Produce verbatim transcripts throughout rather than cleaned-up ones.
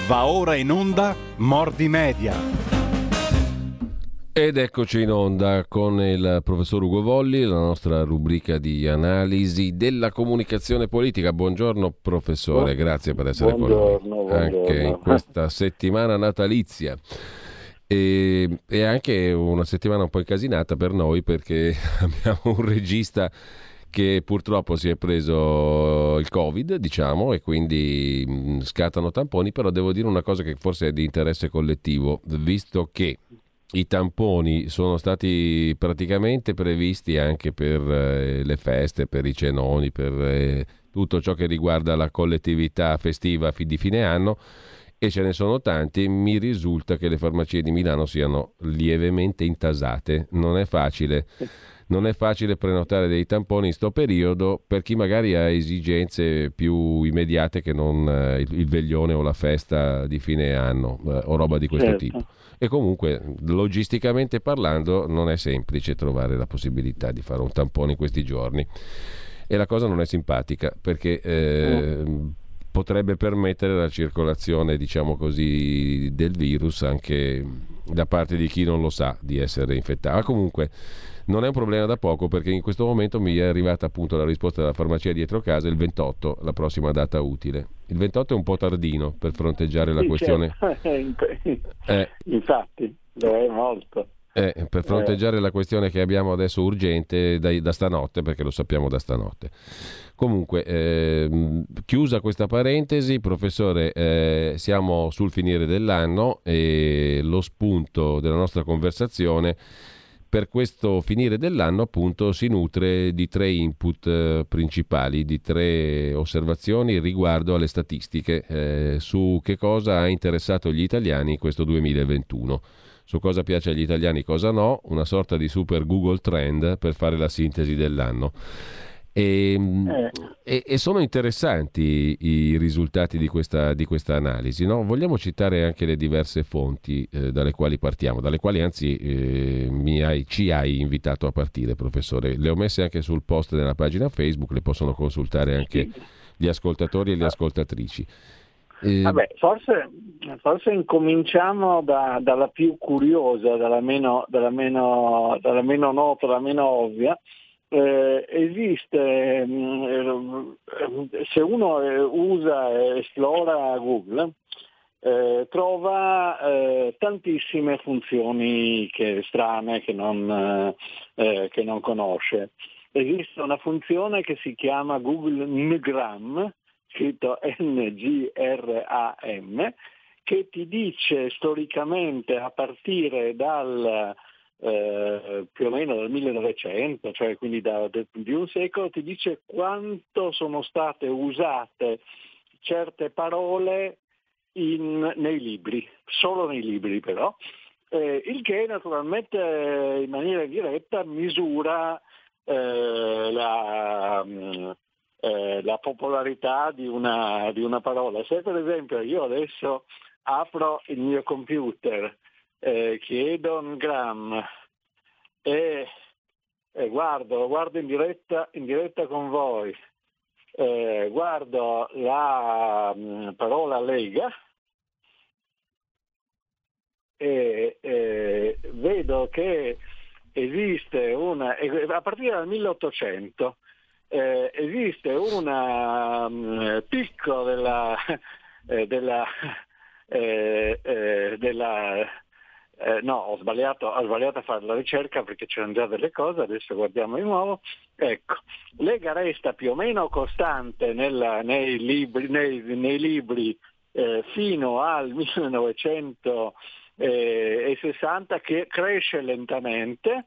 Va ora in onda Mordi Media. Ed eccoci in onda con il professor Ugo Volli, la nostra rubrica di analisi della comunicazione politica. Buongiorno professore, grazie per essere buongiorno, con noi buongiorno. anche in questa settimana natalizia. E, e anche una settimana un po' incasinata per noi, perché abbiamo un regista che purtroppo si è preso il Covid, diciamo, e quindi mh, scattano tamponi. Però devo dire una cosa che forse è di interesse collettivo, visto che i tamponi sono stati praticamente previsti anche per eh, le feste, per i cenoni, per eh, tutto ciò che riguarda la collettività festiva fi- di fine anno, e ce ne sono tanti. Mi risulta che le farmacie di Milano siano lievemente intasate. Non è facile. Non è facile prenotare dei tamponi in sto periodo per chi magari ha esigenze più immediate che non eh, il, il veglione o la festa di fine anno eh, o roba di questo Certo. tipo. E comunque, logisticamente parlando, non è semplice trovare la possibilità di fare un tampone in questi giorni. E la cosa non è simpatica, perché eh, mm. potrebbe permettere la circolazione, diciamo così, del virus anche da parte di chi non lo sa di essere infettato. Ma comunque non è un problema da poco, perché in questo momento mi è arrivata appunto la risposta dalla farmacia dietro casa, il ventotto, la prossima data utile. Il ventotto è un po' tardino per fronteggiare la Sì, questione. certo. Eh, Infatti, lo è molto. eh, per fronteggiare eh. la questione che abbiamo adesso urgente da, da stanotte, perché lo sappiamo da stanotte. Comunque, eh, chiusa questa parentesi, professore, eh, siamo sul finire dell'anno e lo spunto della nostra conversazione per questo finire dell'anno appunto si nutre di tre input eh, principali, di tre osservazioni riguardo alle statistiche eh, su che cosa ha interessato gli italiani in questo duemilaventuno, su cosa piace agli italiani, cosa no, una sorta di super Google Trend per fare la sintesi dell'anno. E, Eh. e, e sono interessanti i risultati di questa, di questa analisi, no? Vogliamo citare anche le diverse fonti eh, dalle quali partiamo, dalle quali anzi eh, mi hai, ci hai invitato a partire, professore. Le ho messe anche sul post della pagina Facebook, le possono consultare anche gli ascoltatori e le ascoltatrici. Eh, Vabbè, forse, forse incominciamo da, dalla più curiosa, dalla meno, dalla meno, dalla meno nota, dalla meno ovvia. Eh, esiste, mh, se uno eh, usa e esplora Google, eh, trova eh, tantissime funzioni che, strane che non, eh, che non conosce. Esiste una funzione che si chiama Google Ngram, scritto N G R A M, che ti dice storicamente, a partire dal Eh, più o meno dal millenovecento, cioè quindi da, de, di un secolo, ti dice quanto sono state usate certe parole in, nei libri, solo nei libri però, eh, il che naturalmente in maniera diretta misura eh, la, eh, la popolarità di una, di una parola. Se per esempio io adesso apro il mio computer, Eh, chiedo un gram e, e guardo, guardo in diretta, in diretta con voi, eh, guardo la mh, parola Lega e eh, vedo che esiste una, a partire dal milleottocento eh, esiste una mh, picco della, eh, della, eh, eh, della Eh, no, ho sbagliato, ho sbagliato a fare la ricerca perché c'erano già delle cose, adesso guardiamo di nuovo. Ecco, Lega resta più o meno costante nella, nei libri, nei, nei libri eh, fino al millenovecentosessanta, che cresce lentamente.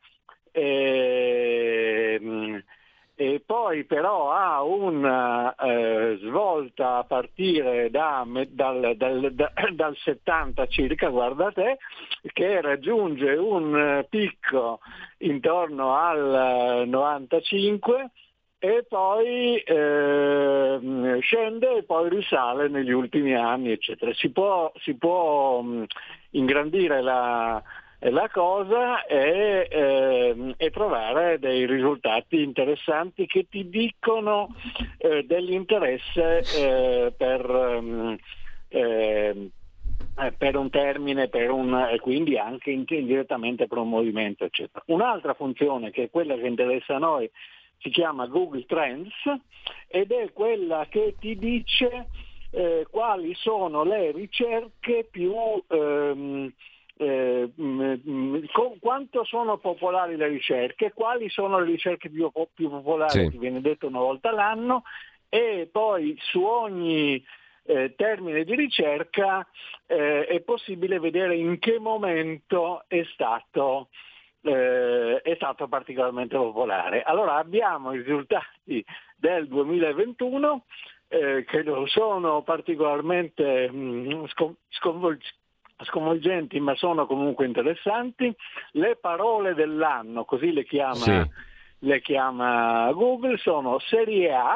Eh, e poi però ha una eh, svolta a partire da, dal, dal, da, dal settanta circa, guardate, che raggiunge un picco intorno al novantacinque e poi eh, scende e poi risale negli ultimi anni, eccetera. Si può, si può mh, ingrandire la la cosa è, eh, è trovare dei risultati interessanti che ti dicono eh, dell'interesse eh, per, um, eh, eh, per un termine, per un, e quindi anche indirettamente per un movimento, eccetera. Un'altra funzione, che è quella che interessa a noi, si chiama Google Trends, ed è quella che ti dice eh, quali sono le ricerche più ehm, eh, mh, con, quanto sono popolari le ricerche, quali sono le ricerche più, più popolari, sì. che viene detto una volta all'anno, e poi su ogni eh, termine di ricerca eh, è possibile vedere in che momento è stato Eh, è stato particolarmente popolare. Allora abbiamo i risultati del duemilaventuno eh, che non sono particolarmente mh, scom- sconvolg- sconvolgenti, ma sono comunque interessanti. Le parole dell'anno, così le chiama, Sì. le chiama Google, sono Serie A,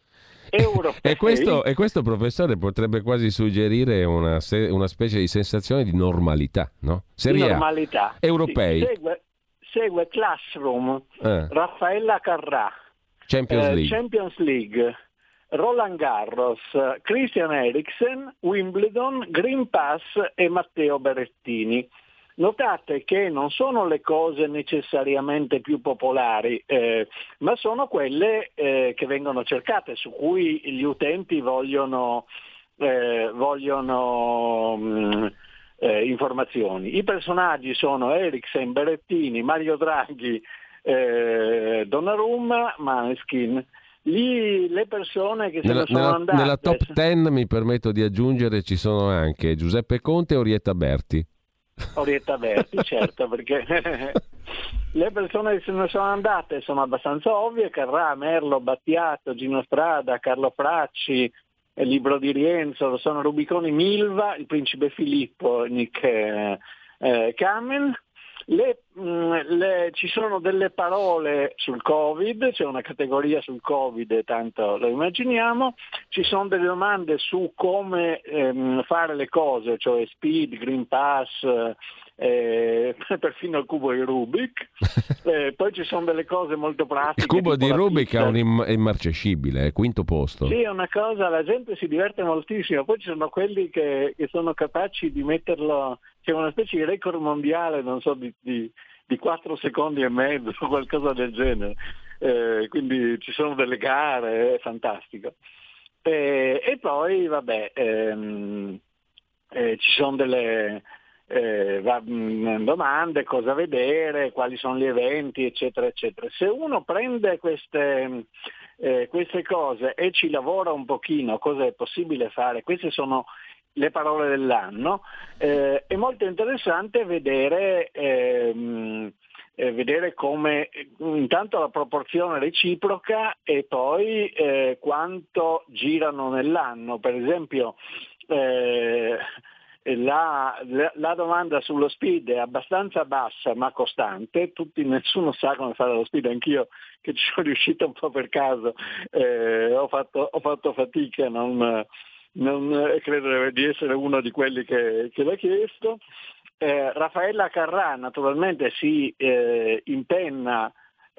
E questo, Europei. e questo, professore, potrebbe quasi suggerire una, se- una specie di sensazione di normalità, no? Di Serie A, normalità. Sì, europei, segue, segue Classroom, eh, Raffaella Carrà, Champions eh, League. Champions League, Roland Garros, Christian Eriksen, Wimbledon, Green Pass e Matteo Berrettini. Notate che non sono le cose necessariamente più popolari, eh, ma sono quelle eh, che vengono cercate, su cui gli utenti vogliono, eh, vogliono mh, eh, informazioni. I personaggi sono Eriksen, Berrettini, Mario Draghi, eh, Donnarumma, Maneskin. Lì le persone che se Nella, ne sono nella- nella andate... top dieci mi permetto di aggiungere ci sono anche Giuseppe Conte e Orietta Berti. Orietta Berti, certo, perché le persone che se ne sono andate sono abbastanza ovvie: Carrà, Merlo, Battiato, Gino Strada, Carlo Fracci, il libro di Rienzo, sono Rubiconi, Milva, il principe Filippo, Nick eh, eh, Kamen. Le, mh, le, ci sono delle parole sul Covid, c'è una categoria sul Covid, tanto lo immaginiamo, ci sono delle domande su come ehm, fare le cose, cioè Speed, Green Pass, eh, perfino il cubo di Rubik, eh, poi ci sono delle cose molto pratiche. Il cubo tipo di la Rubik ha pizza. un im- è immarcescibile, è quinto posto. Sì, è una cosa, la gente si diverte moltissimo, poi ci sono quelli che, che sono capaci di metterlo, c'è una specie di record mondiale, non so, di, di, di quattro secondi e mezzo o qualcosa del genere, eh, quindi ci sono delle gare, è fantastico. E, e poi, vabbè, ehm, eh, ci sono delle eh, va, mh, domande, cosa vedere, quali sono gli eventi, eccetera, eccetera. Se uno prende queste... Eh, queste cose e ci lavora un pochino, cosa è possibile fare, queste sono le parole dell'anno, eh, è molto interessante vedere, ehm, eh, vedere come intanto la proporzione reciproca e poi eh, quanto girano nell'anno. Per esempio eh, La, la, la domanda sullo speed è abbastanza bassa ma costante, tutti, nessuno sa come fare lo speed, anch'io che ci sono riuscito un po' per caso, eh, ho, fatto, ho fatto fatica, non, non credo di essere uno di quelli che, che l'ha chiesto. Eh, Raffaella Carrà naturalmente si eh, impenna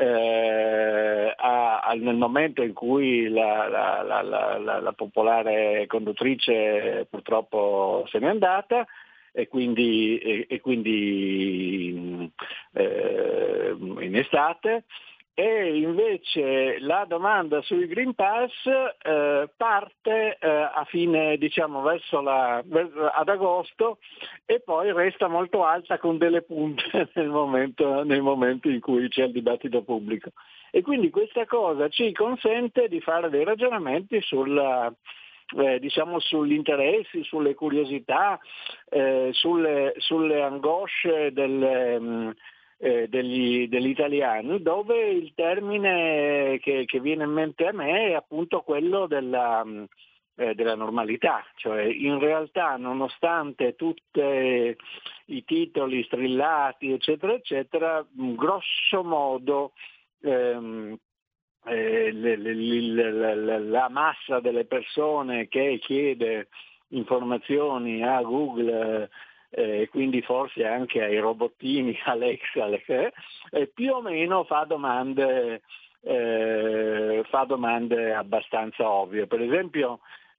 Eh, a, a, nel momento in cui la, la, la, la, la popolare conduttrice purtroppo se n'è andata e quindi, e, e quindi eh, in estate, e invece la domanda sui Green Pass eh, parte eh, a fine, diciamo, verso la, ad agosto, e poi resta molto alta con delle punte nel momento, nei momenti in cui c'è il dibattito pubblico. E quindi questa cosa ci consente di fare dei ragionamenti sulla, eh, diciamo, sugli interessi, sulle curiosità, eh, sulle, sulle angosce delle... Mh, Eh, degli, degli italiani, dove il termine che, che viene in mente a me è appunto quello della, eh, della normalità, cioè in realtà nonostante tutti i titoli strillati eccetera eccetera, grosso modo ehm, eh, le, le, le, le, la massa delle persone che chiede informazioni a Google e eh, quindi forse anche ai robottini Alexa, eh, più o meno fa domande, eh, fa domande abbastanza ovvie. Per esempio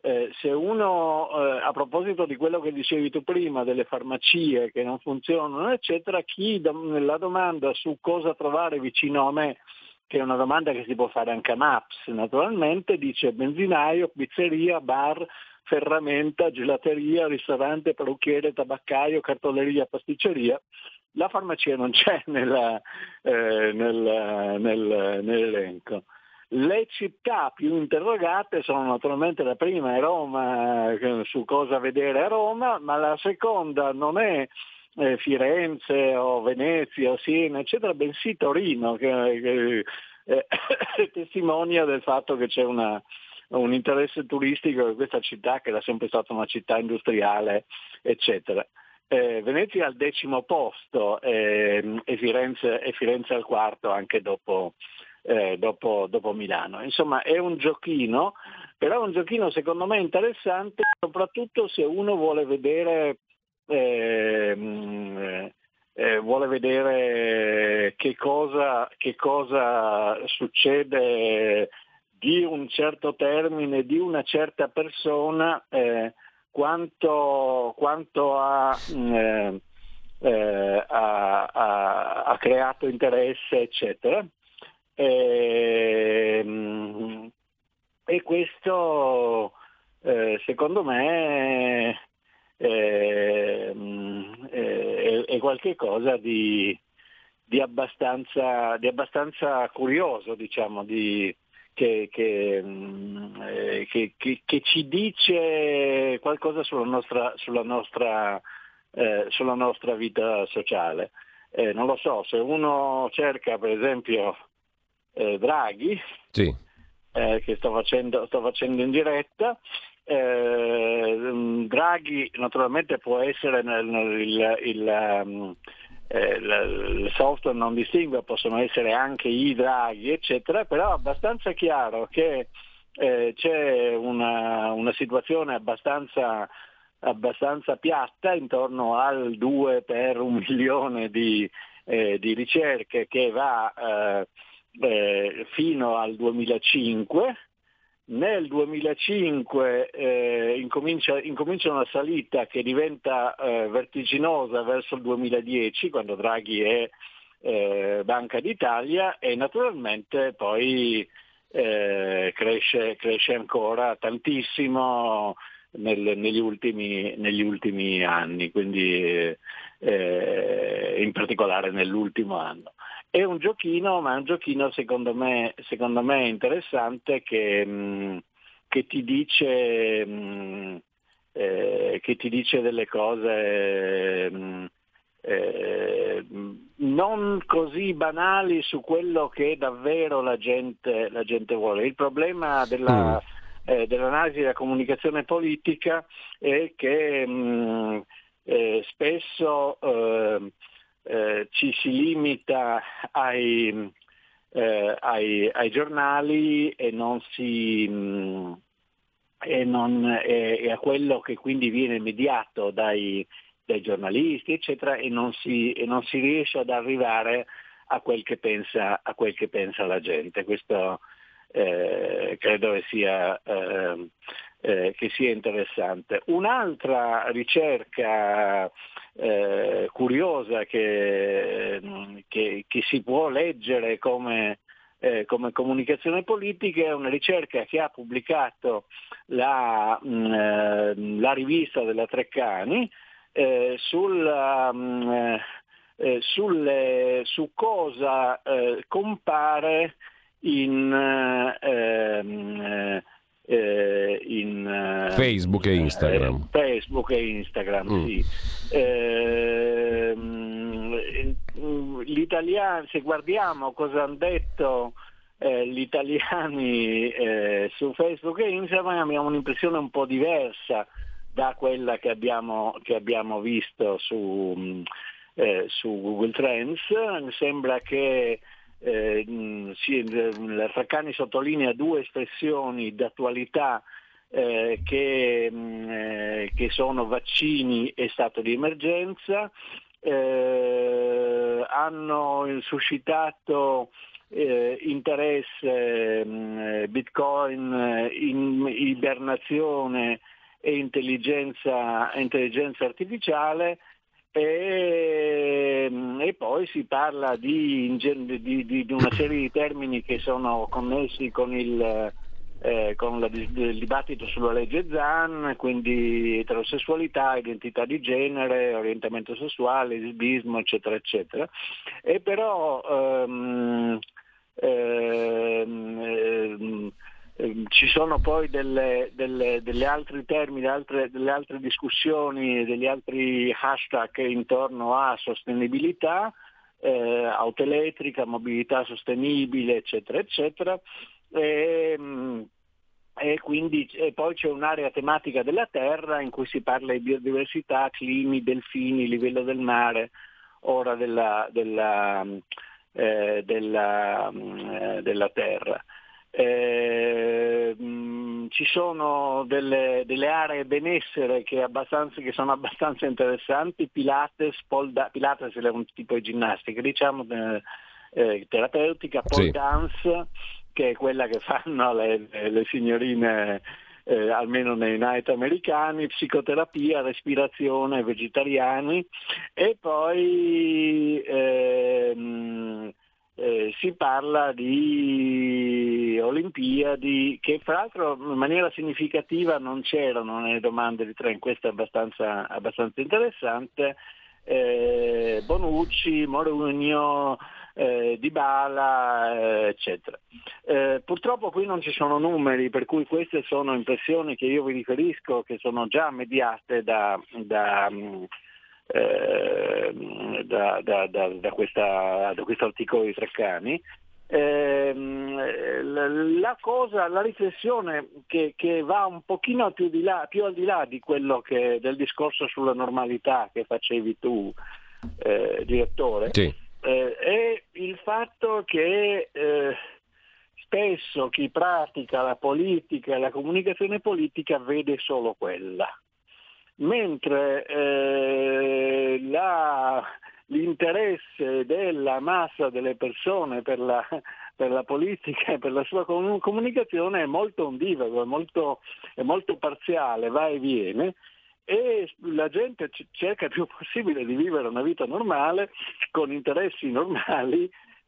Eh, se uno, eh, a proposito di quello che dicevi tu prima, delle farmacie che non funzionano, eccetera, chi la domanda su cosa trovare vicino a me, che è una domanda che si può fare anche a Maps, naturalmente, dice benzinaio, pizzeria, bar, ferramenta, gelateria, ristorante, parrucchiere, tabaccaio, cartoleria, pasticceria. La farmacia non c'è nella, eh, nel, nel, nell'elenco. Le città più interrogate sono naturalmente la prima è Roma, su cosa vedere a Roma, ma la seconda non è eh, Firenze o Venezia o Siena, eccetera, bensì Torino, che, che eh, testimonia del fatto che c'è una, un interesse turistico in questa città, che era sempre stata una città industriale, eccetera. Eh, Venezia al decimo posto eh, e, Firenze, e Firenze al quarto, anche dopo Eh, dopo, dopo Milano. Insomma, è un giochino, però è un giochino secondo me interessante, soprattutto se uno vuole vedere eh, eh, vuole vedere che cosa, che cosa succede di un certo termine, di una certa persona, eh, quanto, quanto ha, eh, eh, ha, ha, ha creato interesse, eccetera. E, e questo eh, secondo me eh, è, è qualcosa di, di, abbastanza, di abbastanza curioso, diciamo, di, che, che, eh, che, che, che ci dice qualcosa sulla nostra, sulla nostra, eh, sulla nostra vita sociale. Eh, non lo so, se uno cerca per esempio Eh, Draghi, sì. eh, che sto facendo, sto facendo in diretta, eh, Draghi naturalmente può essere nel, nel, il, il, um, eh, il software non distingue, possono essere anche i Draghi, eccetera, però è abbastanza chiaro che eh, c'è una, una situazione abbastanza abbastanza piatta intorno al due per un milione di, eh, di ricerche che va eh, Eh, fino al duemilacinque. Nel duemilacinque eh, incomincia, incomincia una salita che diventa eh, vertiginosa verso il duemiladieci, quando Draghi è eh, Banca d'Italia, e naturalmente poi eh, cresce, cresce ancora tantissimo nel, negli, ultimi, negli ultimi anni, quindi eh, in particolare nell'ultimo anno. È un giochino, ma è un giochino secondo me, secondo me interessante che, mh, che ti dice mh, eh, che ti dice delle cose mh, eh, non così banali su quello che davvero la gente, la gente vuole. Il problema della, mm. eh, dell'analisi della comunicazione politica è che mh, eh, spesso eh, Eh, ci si limita ai, eh, ai, ai giornali e non si mh, e, non, e, e a quello che quindi viene mediato dai, dai giornalisti, eccetera, e non si, e non si riesce ad arrivare a quel che pensa, a quel che pensa la gente. Questo eh, credo che sia eh, Eh, che sia interessante. Un'altra ricerca eh, curiosa che, che, che si può leggere come, eh, come comunicazione politica è una ricerca che ha pubblicato la, mh, la rivista della Treccani eh, sul, mh, eh, sulle, su cosa eh, compare in eh, Eh, in Facebook e Instagram. Eh, Facebook e Instagram, mm. sì. Eh, l'italiano, se guardiamo cosa hanno detto eh, gli italiani eh, su Facebook e Instagram, abbiamo un'impressione un po' diversa da quella che abbiamo, che abbiamo visto su, eh, su Google Trends. Sembra che Eh, sì, la Treccani sottolinea due espressioni d'attualità eh, che, eh, che sono vaccini e stato di emergenza. Eh, hanno suscitato eh, interesse, mh, Bitcoin, in, ibernazione e intelligenza, intelligenza artificiale. E, e poi si parla di, di, di, di una serie di termini che sono connessi con il, eh, con la, il dibattito sulla legge Zan, quindi eterosessualità, identità di genere, orientamento sessuale, lesbismo, eccetera, eccetera. E però ehm, ehm, ehm, ci sono poi delle, delle, delle altri termini, altre, delle altre discussioni, degli altri hashtag intorno a sostenibilità, eh, auto elettrica, mobilità sostenibile, eccetera, eccetera. E, e quindi e poi c'è un'area tematica della terra in cui si parla di biodiversità, climi, delfini, livello del mare, ora della, della, eh, della, eh, della terra. Eh, mh, ci sono delle, delle aree benessere che, abbastanza, che sono abbastanza interessanti, Pilates, pole da- Pilates è un tipo di ginnastica, diciamo, eh, eh, terapeutica, pole Sì. dance, che è quella che fanno le, le signorine, eh, almeno nei night americani, psicoterapia, respirazione, vegetariani, e poi ehm, Eh, si parla di Olimpiadi che fra l'altro in maniera significativa non c'erano nelle domande di Trent, questo è abbastanza, abbastanza interessante, eh, Bonucci, Mourinho, eh, Dybala, eh, eccetera. Eh, purtroppo qui non ci sono numeri, per cui queste sono impressioni che io vi riferisco, che sono già mediate da... da Eh, da, da, da, da, questa, da questo articolo di Treccani. Eh, la, la cosa, la riflessione che, che va un pochino più, di là, più al di là di quello che del discorso sulla normalità che facevi tu, eh, direttore, Sì. eh, è il fatto che eh, spesso chi pratica la politica e la comunicazione politica vede solo quella. Mentre eh, la, l'interesse della massa delle persone per la, per la politica e per la sua comunicazione è molto ondivago, è molto, è molto parziale, va e viene, e la gente c- cerca il più possibile di vivere una vita normale, con interessi normali,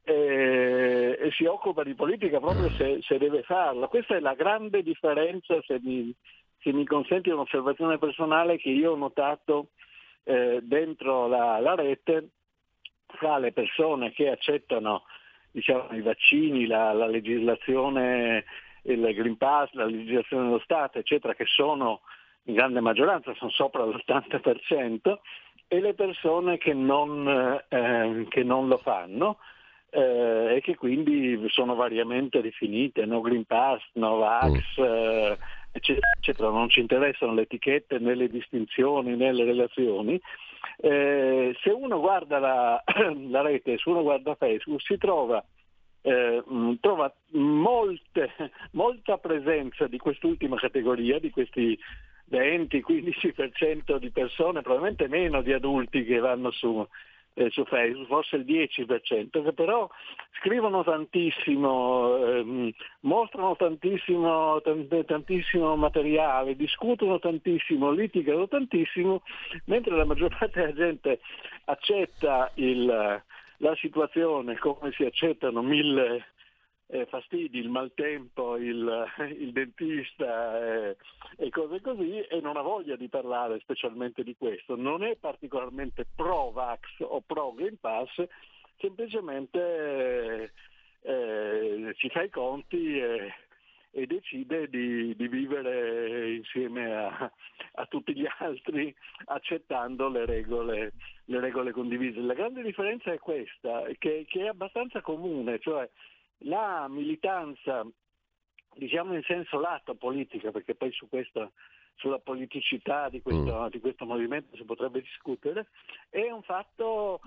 eh, e si occupa di politica proprio se, se deve farlo. Questa è la grande differenza, se mi se mi consenti un'osservazione personale, che io ho notato eh, dentro la, la rete, fra le persone che accettano, diciamo, i vaccini, la, la legislazione, il Green Pass, la legislazione dello Stato, eccetera, che sono in grande maggioranza, sono sopra l'ottanta per cento, e le persone che non, eh, che non lo fanno, eh, e che quindi sono variamente definite, no Green Pass, no Vax, eh, eccetera, eccetera. Non ci interessano le etichette né le distinzioni né le relazioni. Eh, se uno guarda la, la rete, se uno guarda Facebook, si trova, eh, trova molte, molta presenza di quest'ultima categoria, di questi venti quindici per cento di persone, probabilmente meno di adulti che vanno su, eh, su Facebook, forse il dieci per cento, che però scrivono tantissimo, ehm, mostrano tantissimo, tant- tantissimo materiale, discutono tantissimo, litigano tantissimo, mentre la maggior parte della gente accetta il, la situazione come si accettano mille eh, fastidi, il maltempo, il, il dentista eh, e cose così, e non ha voglia di parlare specialmente di questo. Non è particolarmente pro-Vax o pro-Green Pass, semplicemente eh, ci fa i conti e, e decide di, di vivere insieme a, a tutti gli altri, accettando le regole, le regole condivise. La grande differenza è questa, che, che è abbastanza comune, cioè la militanza, diciamo in senso lato politica, perché poi su questo, sulla politicità di questo, mm. di questo movimento si potrebbe discutere, è un fatto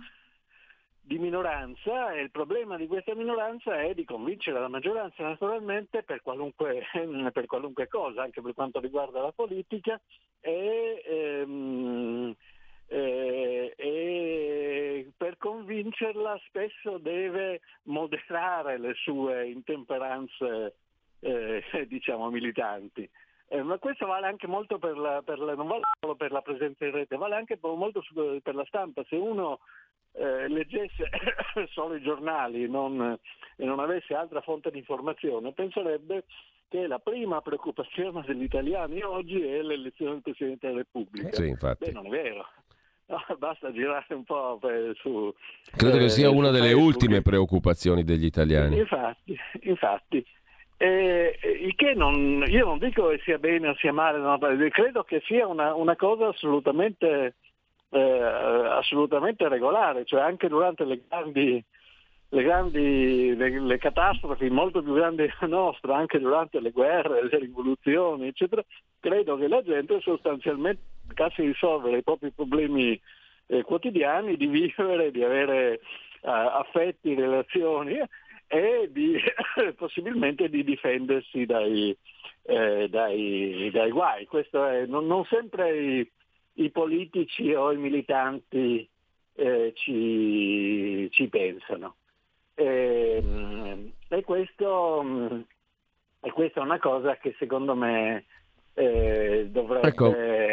di minoranza, e il problema di questa minoranza è di convincere la maggioranza, naturalmente, per qualunque, per qualunque cosa, anche per quanto riguarda la politica, e, ehm, eh, e per convincere vincerla spesso deve moderare le sue intemperanze, eh, diciamo, militanti. Eh, ma questo vale anche molto per la, per la, non vale solo per la presenza in rete, vale anche molto su, per la stampa. Se uno eh, leggesse solo i giornali non, e non avesse altra fonte di informazione, penserebbe che la prima preoccupazione degli italiani oggi è l'elezione del Presidente della Repubblica. Sì, infatti. Beh, non è vero. No, basta girare un po' per, su... Credo eh, che sia una delle Facebook. ultime preoccupazioni degli italiani. Infatti, infatti. Eh, il che non, io non dico che sia bene o sia male, no, credo che sia una, una cosa assolutamente, eh, assolutamente regolare, cioè anche durante le grandi, le, grandi le, le catastrofi molto più grandi della nostra, anche durante le guerre, le rivoluzioni, eccetera, credo che la gente sostanzialmente cercasse di risolvere i propri problemi eh, quotidiani, di vivere, di avere eh, affetti, relazioni, eh, e di possibilmente di difendersi dai, eh, dai, dai guai. Questo è, non, non sempre i, i politici o i militanti eh, ci, ci pensano. E, e, questo, e questa è una cosa che secondo me eh, dovrebbe ecco,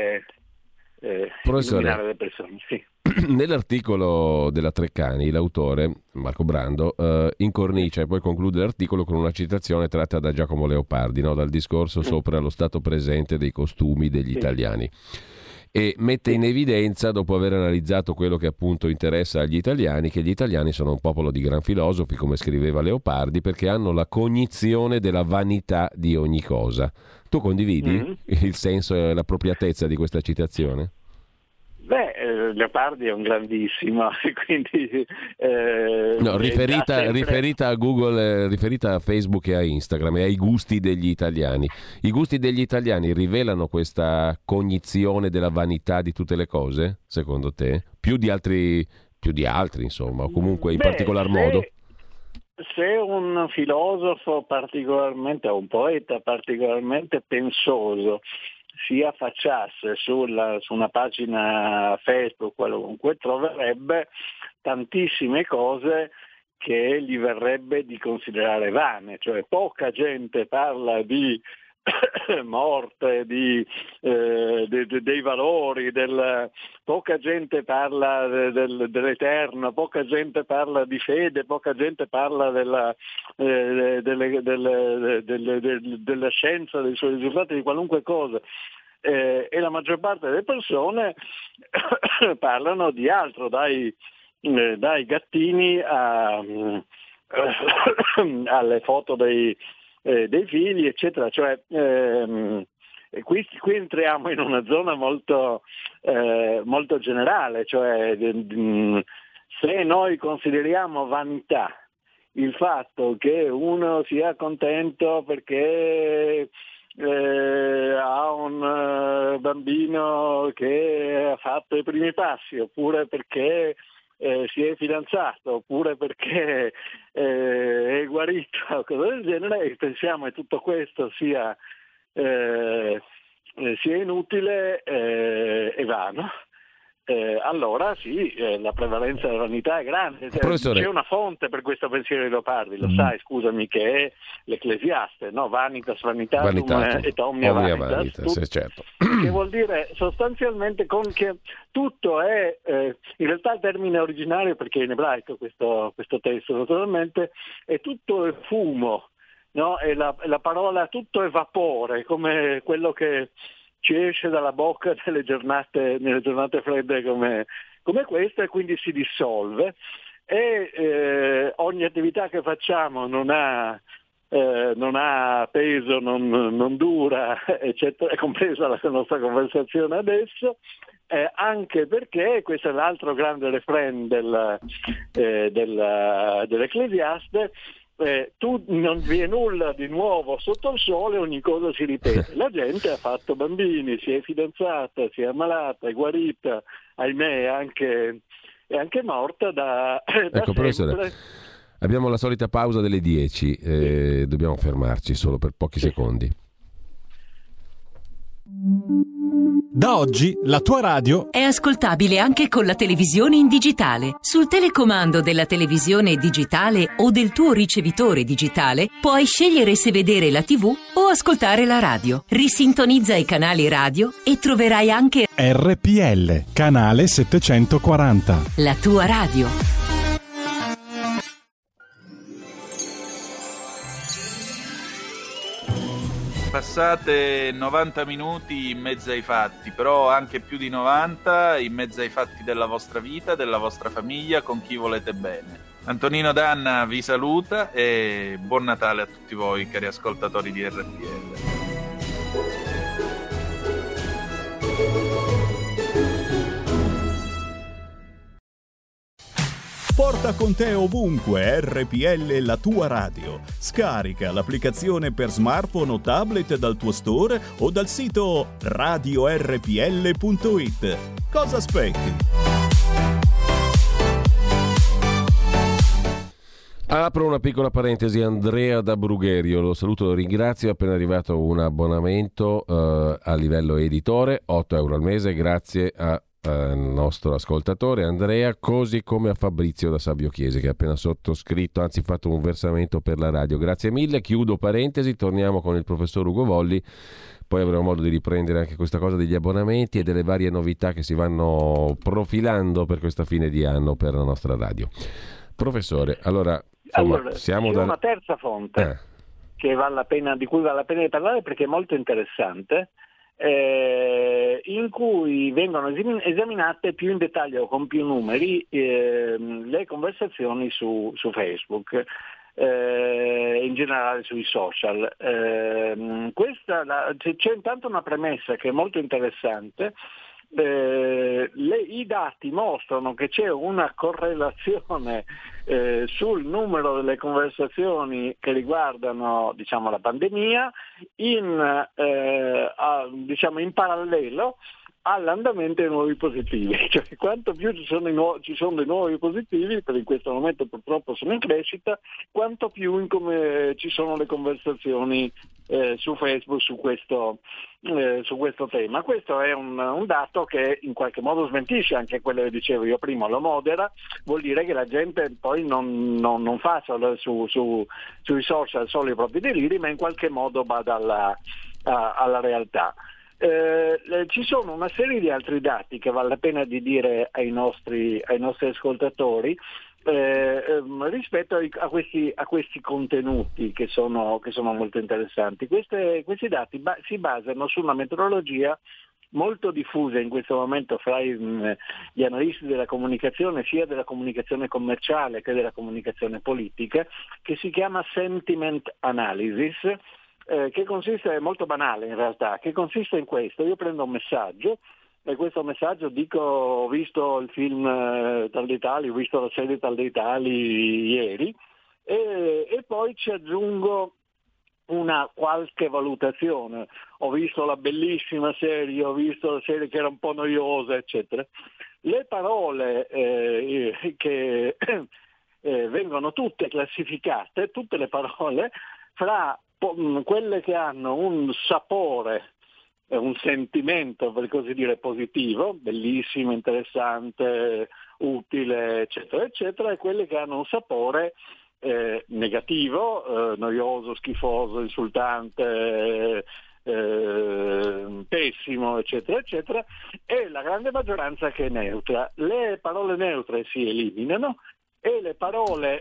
eh, illuminare le persone. Sì. Nell'articolo della Treccani l'autore, Marco Brando, eh, incornicia e poi conclude l'articolo con una citazione tratta da Giacomo Leopardi, no? Dal discorso sopra lo stato presente dei costumi degli sì. italiani, e mette in evidenza, dopo aver analizzato quello che appunto interessa agli italiani, che gli italiani sono un popolo di gran filosofi, come scriveva Leopardi, perché hanno la cognizione della vanità di ogni cosa. Tu condividi mm-hmm. il senso e l'appropriatezza di questa citazione? Beh, eh, Leopardi è un grandissimo, quindi... Eh, no, riferita, sempre... riferita a Google, eh, riferita a Facebook e a Instagram e ai gusti degli italiani. I gusti degli italiani rivelano questa cognizione della vanità di tutte le cose, secondo te? Più di altri, più di altri insomma, o comunque in Beh, particolar se... modo? Se un filosofo particolarmente, o un poeta particolarmente pensoso si affacciasse sulla, su una pagina Facebook, qualunque, troverebbe tantissime cose che gli verrebbe di considerare vane, cioè poca gente parla di morte, di, eh, de, de, dei valori, del, poca gente parla del, dell'eterno, poca gente parla di fede, poca gente parla della, eh, delle, delle, delle, delle, della scienza, dei suoi risultati, di qualunque cosa. Eh, e la maggior parte delle persone parlano di altro, dai, eh, dai gattini a, eh, alle foto dei Eh, dei figli, eccetera. Cioè, ehm, qui, qui entriamo in una zona molto, eh, molto generale, cioè mh, se noi consideriamo vanità il fatto che uno sia contento perché eh, ha un uh, bambino che ha fatto i primi passi, oppure perché Eh, si è fidanzato, oppure perché eh, è guarito o cose del genere, e pensiamo che tutto questo sia, eh, sia inutile eh, e vano, eh, allora sì, eh, la prevalenza della vanità è grande. Professore. C'è una fonte per questo pensiero di Leopardi, lo mm. sai, scusami, che è l'Ecclesiaste, no? Vanitas vanitatum vanitatum et omnia, omnia vanitas, vanitas tut- sì, certo. che vuol dire sostanzialmente con che tutto è, eh, in realtà il termine originario, perché è in ebraico questo, questo testo naturalmente, è tutto è fumo, no? E la, la parola tutto è vapore, come quello che ci esce dalla bocca nelle giornate, nelle giornate fredde come, come questa, e quindi si dissolve, e eh, ogni attività che facciamo non ha, eh, non ha peso, non, non dura, eccetera, è compresa la nostra conversazione adesso, eh, anche perché, questo è l'altro grande refrain del, eh, del, dell'Ecclesiaste, Eh, tu non vi è nulla di nuovo sotto il sole, ogni cosa si ripete. La gente ha fatto bambini, si è fidanzata, si è ammalata, è guarita, ahimè è anche, è anche morta da, da ecco, professore, abbiamo la solita pausa delle dieci, eh, sì. Dobbiamo fermarci solo per pochi sì. secondi. Da oggi la tua radio è ascoltabile anche con la televisione in digitale. Sul telecomando della televisione digitale o del tuo ricevitore digitale puoi scegliere se vedere la tivù o ascoltare la radio. Risintonizza i canali radio e troverai anche R P L, canale settecentoquaranta. La tua radio. Passate novanta minuti in mezzo ai fatti, però anche più di novanta in mezzo ai fatti della vostra vita, della vostra famiglia, con chi volete bene. Antonino Danna vi saluta e buon Natale a tutti voi, cari ascoltatori di R P L. Porta con te ovunque R P L, la tua radio. Scarica l'applicazione per smartphone o tablet dal tuo store o dal sito radio erre pi elle punto it. Cosa aspetti? Apro una piccola parentesi. Andrea da Brugherio, lo saluto, lo ringrazio, è appena arrivato un abbonamento eh, a livello editore, otto euro al mese, grazie a il nostro ascoltatore Andrea, così come a Fabrizio da Sabio Chiese che ha appena sottoscritto, anzi fatto un versamento per la radio. Grazie mille, chiudo parentesi, torniamo con il professor Ugo Volli, poi avremo modo di riprendere anche questa cosa degli abbonamenti e delle varie novità che si vanno profilando per questa fine di anno per la nostra radio. Professore, allora, insomma, allora siamo c'è da una terza fonte eh. che vale la pena, di cui vale la pena di parlare perché è molto interessante, Eh, in cui vengono esaminate più in dettaglio, con più numeri, eh, le conversazioni su, su Facebook, eh, in generale sui social. Eh, questa, la, c'è intanto una premessa che è molto interessante. Eh, le, i dati mostrano che c'è una correlazione eh, sul numero delle conversazioni che riguardano, diciamo, la pandemia in, eh, a, diciamo, in parallelo all'andamento dei nuovi positivi, cioè quanto più ci sono, i nu- ci sono dei nuovi positivi, per in questo momento purtroppo sono in crescita, quanto più in come ci sono le conversazioni eh, su Facebook su questo, eh, su questo tema. Questo è un, un dato che in qualche modo smentisce anche quello che dicevo io prima, lo modera, vuol dire che la gente poi non, non, non fa solo su, su, sui social solo i propri deliri, ma in qualche modo bada alla, a, alla realtà. Eh, ci sono una serie di altri dati che vale la pena di dire ai nostri, ai nostri ascoltatori eh, ehm, rispetto ai, a, questi, a questi contenuti che sono, che sono molto interessanti. Queste, questi dati ba- si basano su una metodologia molto diffusa in questo momento fra i, mh, gli analisti della comunicazione, sia della comunicazione commerciale che della comunicazione politica, che si chiama sentiment analysis. Eh, che consiste, è molto banale in realtà, che consiste in questo: io prendo un messaggio e questo messaggio dico ho visto il film eh, Tal dei Tali, ho visto la serie Tal dei Tali ieri e, e poi ci aggiungo una qualche valutazione, ho visto la bellissima serie, ho visto la serie che era un po' noiosa, eccetera. Le parole eh, che eh, vengono tutte classificate, tutte le parole, fra quelle che hanno un sapore, un sentimento per così dire positivo, bellissimo, interessante, utile, eccetera, eccetera, e quelle che hanno un sapore eh, negativo, eh, noioso, schifoso, insultante, eh, pessimo, eccetera, eccetera, e la grande maggioranza che è neutra. Le parole neutre si eliminano e le parole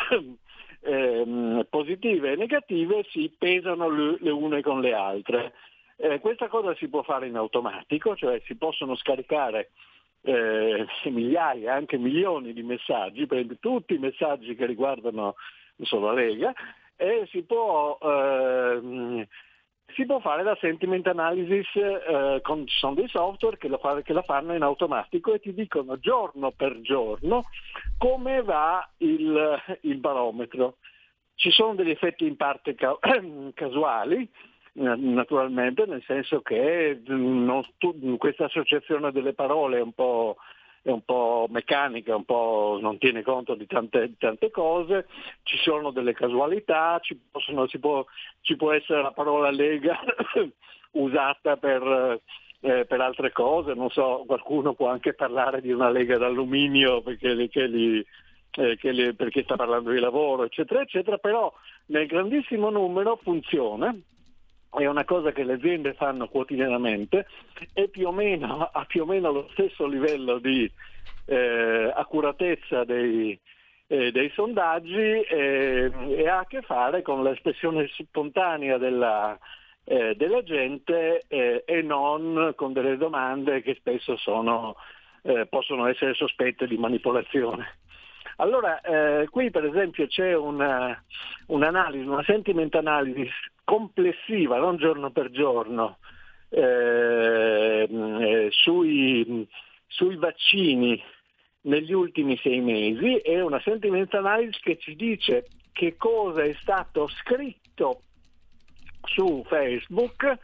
Eh, positive e negative si pesano le, le une con le altre. Eh, questa cosa si può fare in automatico, cioè si possono scaricare eh, migliaia, anche milioni di messaggi, per tutti i messaggi che riguardano solo la Lega, e si può eh, si può fare la sentiment analysis, eh, con, ci sono dei software che, lo fa, che la fanno in automatico e ti dicono giorno per giorno come va il, il barometro. Ci sono degli effetti in parte ca- casuali, naturalmente, nel senso che non tu, questa associazione delle parole è un po' è un po' meccanica, un po' non tiene conto di tante, di tante cose, ci sono delle casualità, ci, possono, si può, ci può essere la parola Lega usata per, eh, per altre cose, non so, qualcuno può anche parlare di una lega d'alluminio perché, che li, eh, che li, perché sta parlando di lavoro, eccetera, eccetera, però nel grandissimo numero funziona. È una cosa che le aziende fanno quotidianamente e più o meno, ha più o meno lo stesso livello di eh, accuratezza dei, eh, dei sondaggi eh, e ha a che fare con l'espressione spontanea della, eh, della gente eh, e non con delle domande che spesso sono, eh, possono essere sospette di manipolazione. Allora, eh, qui per esempio c'è una, un'analisi, una sentiment analysis complessiva, non giorno per giorno, eh, eh, sui, sui vaccini negli ultimi sei mesi, e una sentiment analysis che ci dice che cosa è stato scritto su Facebook,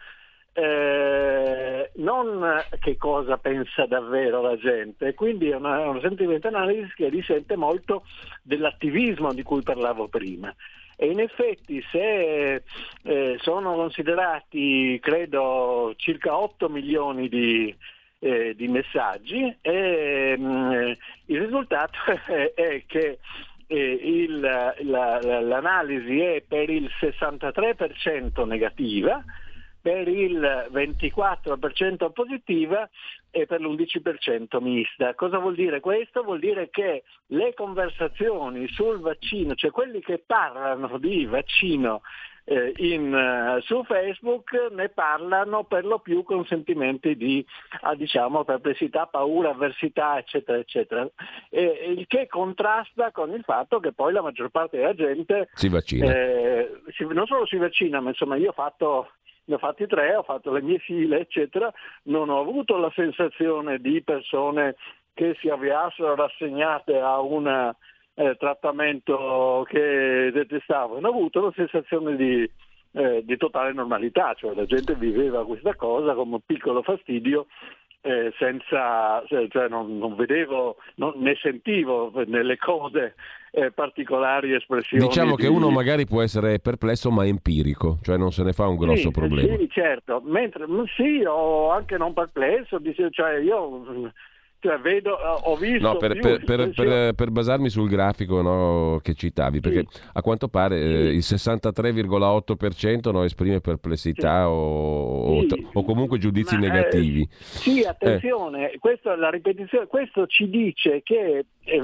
Eh, non che cosa pensa davvero la gente. Quindi è una, una sentiment analysis che risente molto dell'attivismo di cui parlavo prima, e in effetti se eh, sono considerati credo circa otto milioni di, eh, di messaggi e mh, il risultato è, è che eh, il, la, la, l'analisi è per il sessantatré per cento negativa, per il ventiquattro per cento positiva e per l'undici per cento mista. Cosa vuol dire questo? Vuol dire che le conversazioni sul vaccino, cioè quelli che parlano di vaccino eh, in, uh, su Facebook, ne parlano per lo più con sentimenti di ah, diciamo perplessità, paura, avversità, eccetera, eccetera. E, il che contrasta con il fatto che poi la maggior parte della gente si vaccina. Eh, si, non solo si vaccina, ma insomma io ho fatto ne ho fatti tre, ho fatto le mie file, eccetera, non ho avuto la sensazione di persone che si avviassero rassegnate a un eh, trattamento che detestavano, ho avuto la sensazione di, eh, di totale normalità, cioè la gente viveva questa cosa come un piccolo fastidio, eh, senza, cioè non, non vedevo, non, ne sentivo nelle cose eh, particolari espressioni. Diciamo di... che uno magari può essere perplesso ma empirico, cioè non se ne fa un grosso sì, problema. Sì, certo, mentre sì, ho anche non perplesso, cioè io cioè, vedo, ho visto no, per, più per, per, per, per basarmi sul grafico, no, che citavi, perché sì. a quanto pare sì. eh, il sessantatré virgola otto per cento no, esprime perplessità sì. o, sì. o comunque giudizi Ma, negativi. Eh, sì, attenzione, eh. questo, la ripetizione, questo ci dice che,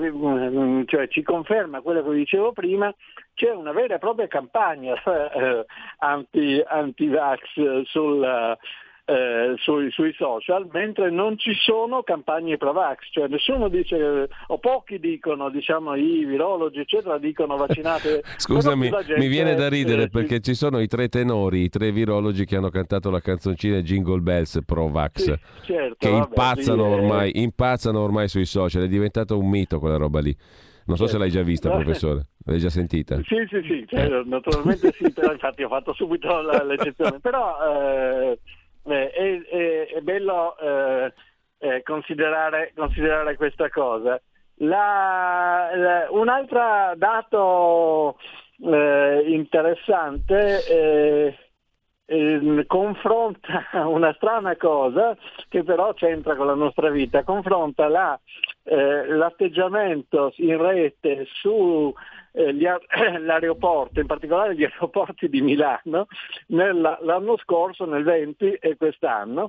eh, cioè ci conferma quello che dicevo prima, c'è una vera e propria campagna eh, anti, anti-vax sul... Eh, sui, sui social, mentre non ci sono campagne pro-vax, cioè nessuno dice, o pochi dicono, diciamo i virologi eccetera dicono vaccinate. Scusami, gente, mi viene da ridere eh, perché sì. ci sono i tre tenori, i tre virologi che hanno cantato la canzoncina Jingle Bells pro-vax, sì, certo, che vabbè, impazzano sì, ormai, eh... impazzano ormai sui social, è diventato un mito quella roba lì. Non so certo. se l'hai già vista, professore, l'hai già sentita? Sì, sì, sì, cioè, naturalmente sì, però infatti ho fatto subito la, l'eccezione, però eh... Eh, è, è, è bello eh, eh, considerare, considerare questa cosa. La, la, un altro dato eh, interessante eh, eh, confronta una strana cosa che però c'entra con la nostra vita, confronta la, eh, l'atteggiamento in rete su Gli a- l'aeroporto, in particolare gli aeroporti di Milano, nella, l'anno scorso, nel venti e quest'anno,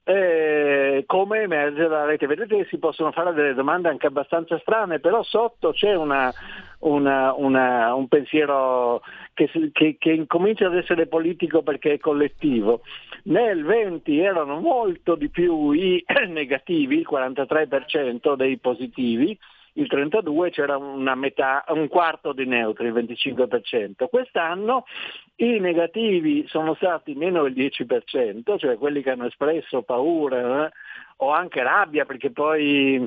eh, come emerge la rete. Vedete che si possono fare delle domande anche abbastanza strane, però sotto c'è una, una, una, un pensiero che, che, che incomincia ad essere politico perché è collettivo. Nel venti erano molto di più i negativi, il quarantatré per cento dei positivi, il trentadue c'era una metà, un quarto di neutri, il venticinque per cento. Quest'anno i negativi sono stati meno del dieci per cento, cioè quelli che hanno espresso paura eh, o anche rabbia, perché poi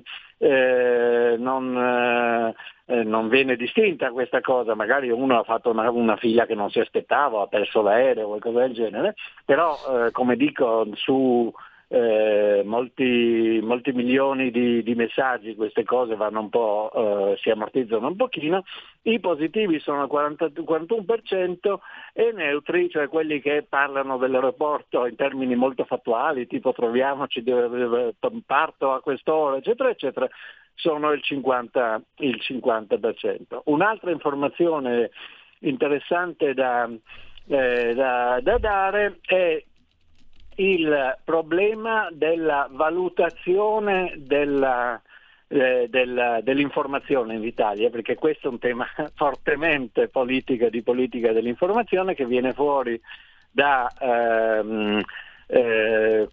eh, non, eh, non viene distinta questa cosa, magari uno ha fatto una, una fila che non si aspettava, ha perso l'aereo o qualcosa del genere, però eh, come dico su eh, molti, molti milioni di, di messaggi, queste cose vanno un po', eh, si ammortizzano un pochino. I positivi sono il quaranta, quarantuno per cento e i neutri, cioè quelli che parlano dell'aeroporto in termini molto fattuali, tipo troviamoci, parto a quest'ora, eccetera, eccetera, sono il cinquanta, il cinquanta per cento. Un'altra informazione interessante da, eh, da, da dare è il problema della valutazione della, eh, della, dell'informazione in Italia, perché questo è un tema fortemente politica, di politica dell'informazione, che viene fuori da ehm, eh,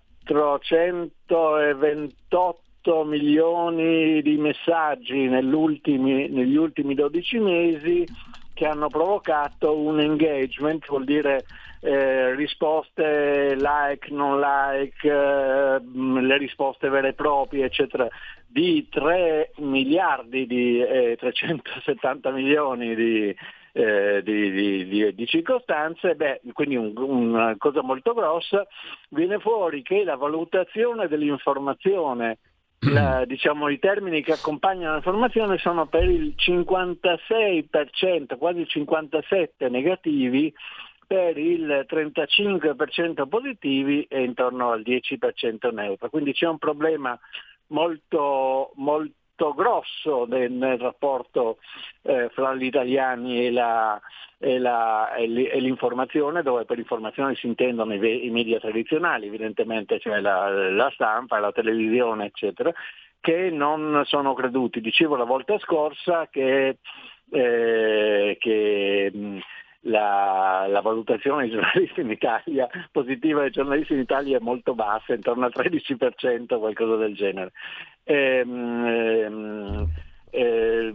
quattrocentoventotto milioni di messaggi negli ultimi, negli ultimi dodici mesi, che hanno provocato un engagement, vuol dire eh, risposte like, non like, eh, le risposte vere e proprie, eccetera, di tre miliardi di eh, trecentosettanta milioni di, eh, di, di, di, di circostanze. Beh, quindi un, una cosa molto grossa. Viene fuori che la valutazione dell'informazione, La, diciamo, i termini che accompagnano l'informazione sono per il cinquantasei per cento, quasi il cinquantasette per cento negativi, per il trentacinque per cento positivi e intorno al dieci per cento neutro. Quindi c'è un problema molto, molto grosso nel, nel rapporto eh, fra gli italiani e la E, la, e l'informazione, dove per informazione si intendono i, i media tradizionali, evidentemente, cioè la, la stampa, la televisione, eccetera, che non sono creduti. Dicevo la volta scorsa che, eh, che mh, la, la valutazione dei giornalisti in Italia, positiva dei giornalisti in Italia, è molto bassa, intorno al tredici per cento, qualcosa del genere. Ehm, ehm, Eh,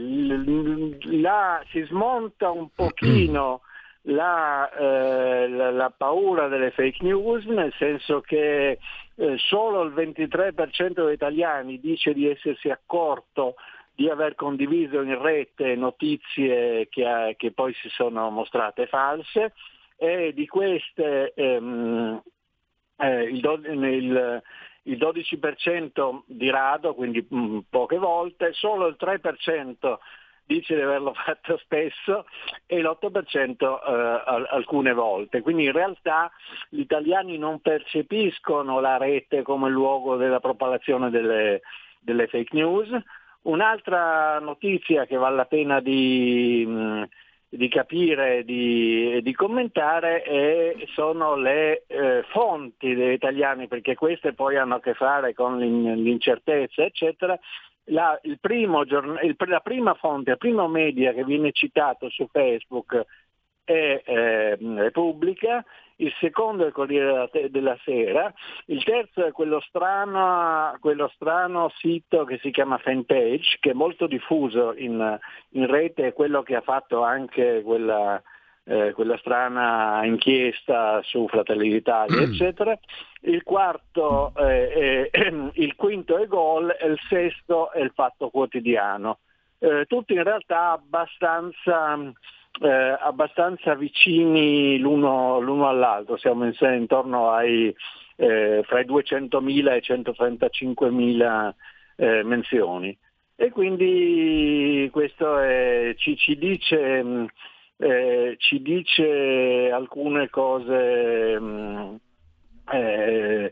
la, si smonta un pochino la, eh, la, la paura delle fake news, nel senso che eh, solo il ventitré per cento degli italiani dice di essersi accorto di aver condiviso in rete notizie che, che poi si sono mostrate false, e di queste ehm, eh, il, il il dodici per cento di rado, quindi mh, poche volte, solo il tre per cento dice di averlo fatto spesso e l'otto per cento eh, alcune volte. Quindi in realtà gli italiani non percepiscono la rete come luogo della propagazione delle, delle fake news. Un'altra notizia che vale la pena di... Mh, di capire e di, di commentare e sono le eh, fonti degli italiani, perché queste poi hanno a che fare con l'incertezza, eccetera. La, il primo giorn- il, la prima fonte, il primo media che viene citato su Facebook è eh, Repubblica, il secondo è il Corriere della Sera, il terzo è quello strano, quello strano sito che si chiama Fanpage, che è molto diffuso in, in rete, è quello che ha fatto anche quella, eh, quella strana inchiesta su Fratelli d'Italia, eccetera. Il quarto, eh, è, il quinto è Gol e il sesto è il Fatto Quotidiano. Eh, tutti in realtà abbastanza... Eh, abbastanza vicini l'uno, l'uno all'altro, siamo in, intorno ai eh, fra i duecentomila e i centotrentacinquemila eh, menzioni, e quindi questo è, ci, ci dice eh, ci dice alcune cose mh, eh,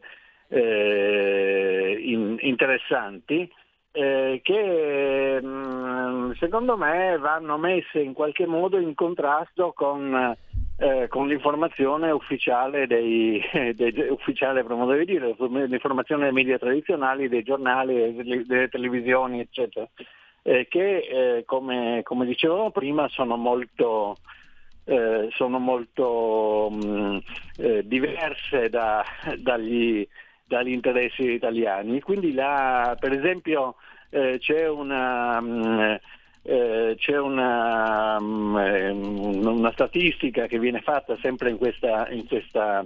eh, in, interessanti, Eh, che mh, secondo me vanno messe in qualche modo in contrasto con, eh, con l'informazione ufficiale dei, dei ufficiale, per modo di dire, l'informazione dei media tradizionali, dei giornali, delle, delle televisioni, eccetera, eh, che eh, come, come dicevamo prima sono molto eh, sono molto mh, eh, diverse da, dagli dagli interessi italiani. Quindi là, per esempio, eh, c'è una mh, eh, c'è una, mh, una statistica che viene fatta sempre in questa in questa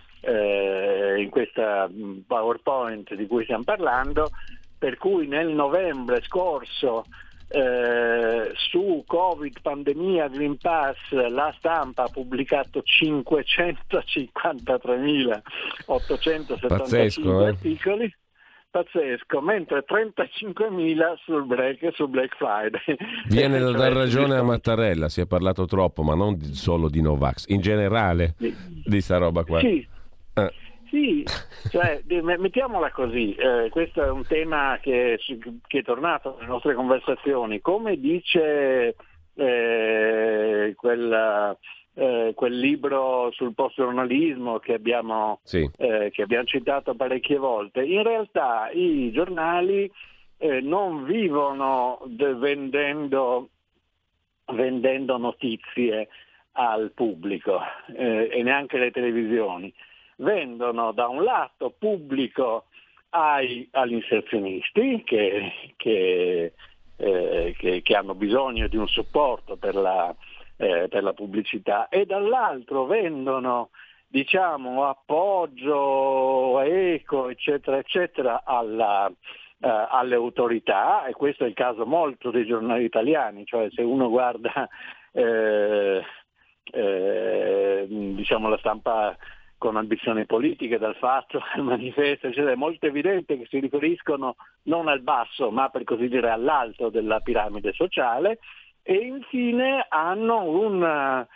eh, in questa PowerPoint di cui stiamo parlando, per cui nel novembre scorso Eh, su Covid, pandemia, Green Pass, la stampa ha pubblicato cinquecentocinquantatremilaottocentosettantacinque eh? articoli, pazzesco, mentre trentacinquemila sul Black, sul Black Friday. Viene da dar ragione a Mattarella, si è parlato troppo, ma non di, solo di Novax, in generale di sta roba qua. Sì. Eh. Sì, cioè, mettiamola così, eh, questo è un tema che, che è tornato nelle nostre conversazioni. Come dice eh, quel, eh, quel libro sul postgiornalismo che abbiamo, sì. eh, che abbiamo citato parecchie volte, in realtà i giornali eh, non vivono de- vendendo, vendendo notizie al pubblico eh, e neanche le televisioni. Vendono da un lato pubblico ai, agli inserzionisti che, che, eh, che, che hanno bisogno di un supporto per la, eh, per la pubblicità, e dall'altro vendono, diciamo, appoggio, eco, eccetera, eccetera, alla, eh, alle autorità, e questo è il caso molto dei giornali italiani, cioè se uno guarda eh, eh, diciamo la stampa con ambizioni politiche, dal Fatto al Manifesto, eccetera, è molto evidente che si riferiscono non al basso, ma per così dire all'alto della piramide sociale, e infine hanno un